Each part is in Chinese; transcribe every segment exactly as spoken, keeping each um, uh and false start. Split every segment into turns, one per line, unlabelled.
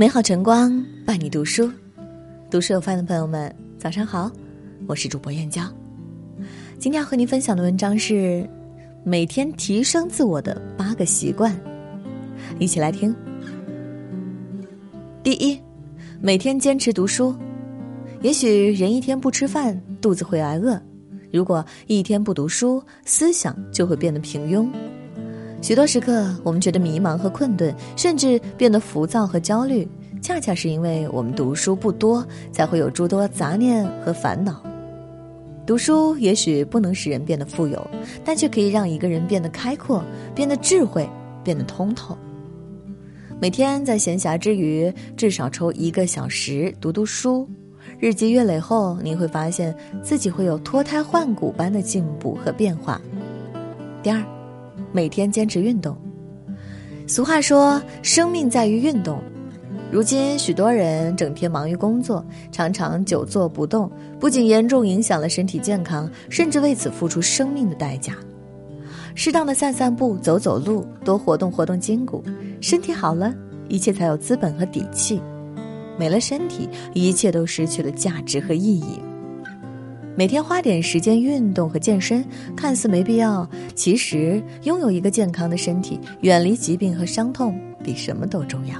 美好晨光伴你读书，读书有饭的朋友们早上好，我是主播燕娇。今天要和您分享的文章是每天提升自我的八个习惯，一起来听。第一，每天坚持读书。也许人一天不吃饭，肚子会挨饿，如果一天不读书，思想就会变得平庸。许多时刻我们觉得迷茫和困顿，甚至变得浮躁和焦虑，恰恰是因为我们读书不多，才会有诸多杂念和烦恼。读书也许不能使人变得富有，但却可以让一个人变得开阔，变得智慧，变得通透。每天在闲暇之余至少抽一个小时读读书，日积月累后，你会发现自己会有脱胎换骨般的进步和变化。第二，每天坚持运动。俗话说，生命在于运动。如今许多人整天忙于工作，常常久坐不动，不仅严重影响了身体健康，甚至为此付出生命的代价。适当的散散步，走走路，多活动活动筋骨，身体好了，一切才有资本和底气。没了身体，一切都失去了价值和意义。每天花点时间运动和健身，看似没必要，其实拥有一个健康的身体，远离疾病和伤痛，比什么都重要。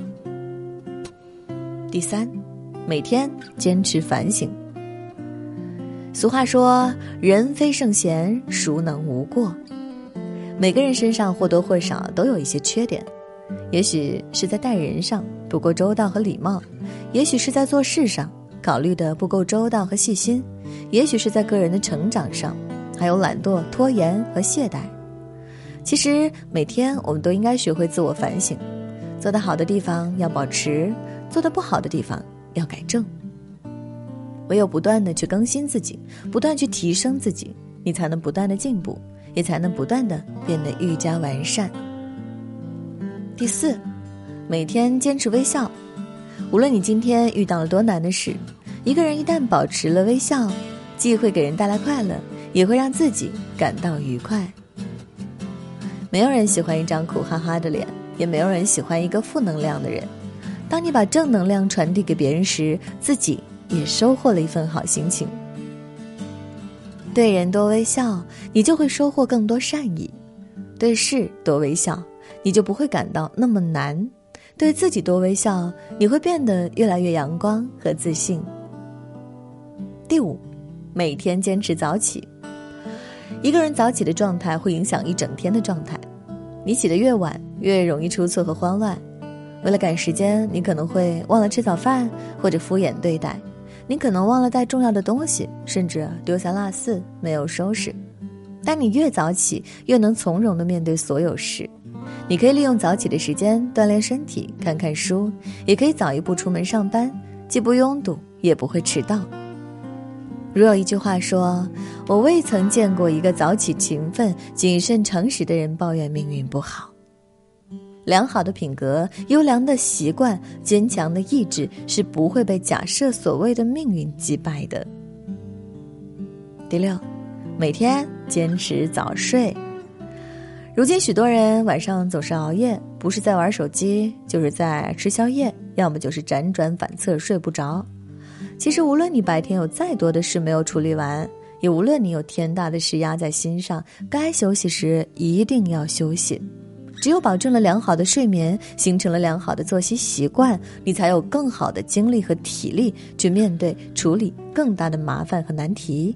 第三，每天坚持反省。俗话说，人非圣贤，孰能无过？每个人身上或多或少都有一些缺点，也许是在待人上不够周到和礼貌，也许是在做事上考虑的不够周到和细心，也许是在个人的成长上还有懒惰、拖延和懈怠。其实每天我们都应该学会自我反省，做得好的地方要保持，做得不好的地方要改正。唯有不断地去更新自己，不断去提升自己，你才能不断地进步，也才能不断地变得愈加完善。第四，每天坚持微笑。无论你今天遇到了多难的事，一个人一旦保持了微笑，既会给人带来快乐，也会让自己感到愉快。没有人喜欢一张苦哈哈的脸，也没有人喜欢一个负能量的人。当你把正能量传递给别人时，自己也收获了一份好心情。对人多微笑，你就会收获更多善意；对事多微笑，你就不会感到那么难；对自己多微笑，你会变得越来越阳光和自信。第五，每天坚持早起。一个人早起的状态会影响一整天的状态，你起得越晚，越容易出错和慌乱。为了赶时间，你可能会忘了吃早饭，或者敷衍对待，你可能忘了带重要的东西，甚至丢三落四没有收拾。但你越早起，越能从容地面对所有事。你可以利用早起的时间锻炼身体，看看书，也可以早一步出门上班，既不拥堵，也不会迟到。如有一句话说，我未曾见过一个早起勤奋、谨慎诚实的人抱怨命运不好。良好的品格、优良的习惯、坚强的意志是不会被假设所谓的命运击败的。第六，每天坚持早睡。如今许多人晚上总是熬夜，不是在玩手机，就是在吃宵夜，要么就是辗转反侧睡不着。其实无论你白天有再多的事没有处理完，也无论你有天大的事压在心上，该休息时一定要休息。只有保证了良好的睡眠，形成了良好的作息习惯，你才有更好的精力和体力去面对处理更大的麻烦和难题。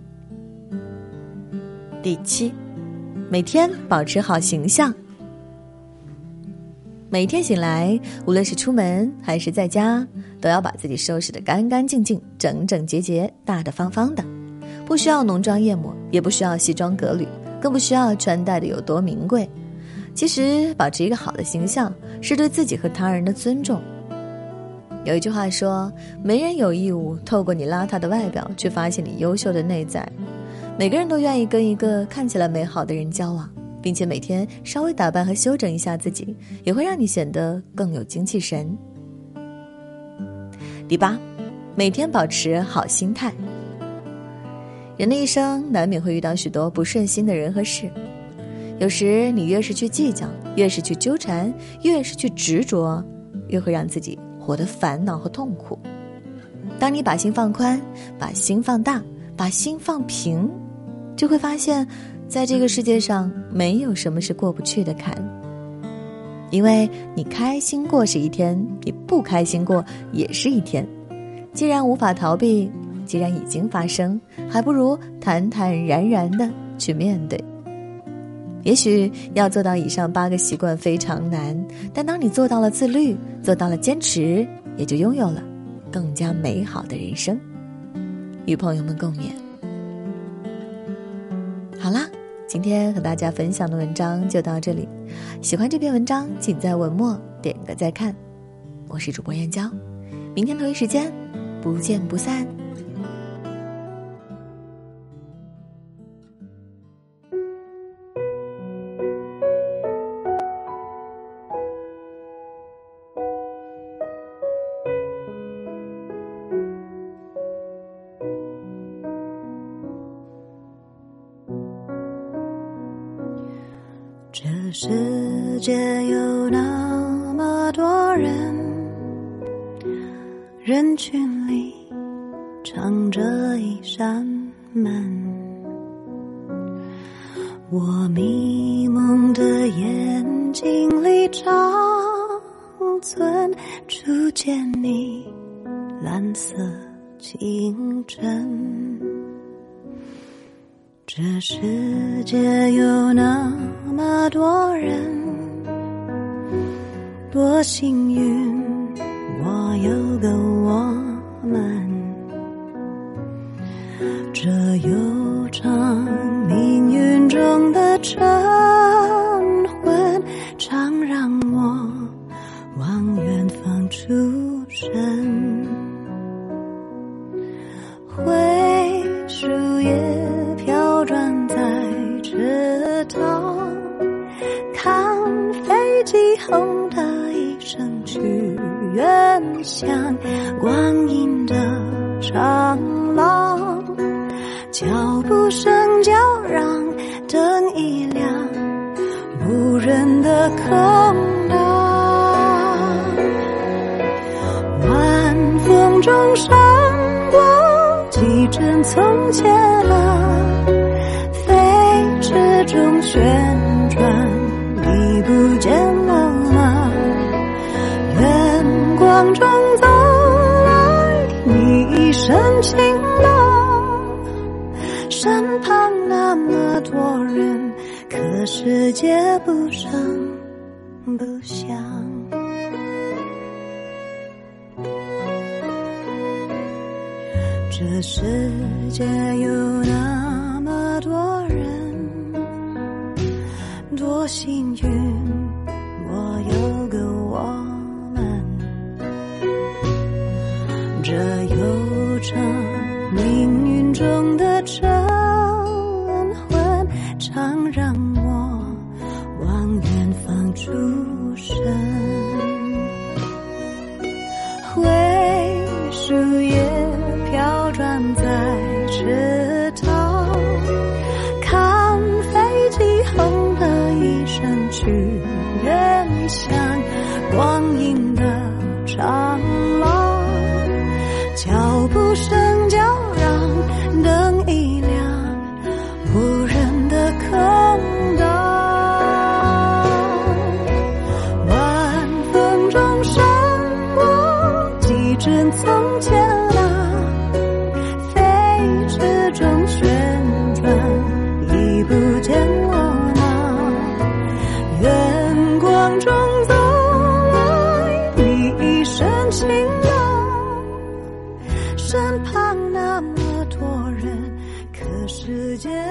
第七，每天保持好形象。每天醒来，无论是出门还是在家，都要把自己收拾得干干净净、整整洁洁、大大方方的，不需要浓妆艳抹，也不需要西装革履，更不需要穿戴的有多名贵。其实保持一个好的形象，是对自己和他人的尊重。有一句话说，没人有义务透过你邋遢的外表去发现你优秀的内在。每个人都愿意跟一个看起来美好的人交往，并且每天稍微打扮和修整一下自己，也会让你显得更有精气神。第八，每天保持好心态。人的一生难免会遇到许多不顺心的人和事，有时你越是去计较，越是去纠缠，越是去执着，越会让自己活得烦恼和痛苦。当你把心放宽，把心放大，把心放平，就会发现在这个世界上没有什么是过不去的坎。因为你开心过是一天，你不开心过也是一天。既然无法逃避，既然已经发生，还不如坦坦然然地去面对。也许要做到以上八个习惯非常难，但当你做到了自律，做到了坚持，也就拥有了更加美好的人生。与朋友们共勉。好啦，今天和大家分享的文章就到这里。喜欢这篇文章，请在文末点个再看。我是主播燕娇，明天同一时间不见不散。
这世界有那么多人，人群里藏着一扇门，我迷蒙的眼睛里长存初见你蓝色清晨。这世界有那么多人，多幸运我有个我们。这悠长命运中的晨昏，常让我往远方出神。灰树叶飘转在池塘，看飞机轰的一声去远乡，光阴的长廊，脚步声叫嚷，灯一亮，无人的空荡，晚风中闪过几帧从前啊，飞驰中旋转，你不见了吗？远光中走来你一身晴朗，身旁那么多人，可世界不声不响。这世界有那么多人，多幸运我有个我们。这悠长命运中的晨昏，常让我往远方出神。灰树叶飘转在池塘，看飞机轰的一声去远乡，光阴的长廊，脚步声叫嚷，灯一亮，无人的空荡，晚风中闪过几帧从前中走来你一身晴朗，身旁那么多人，可世界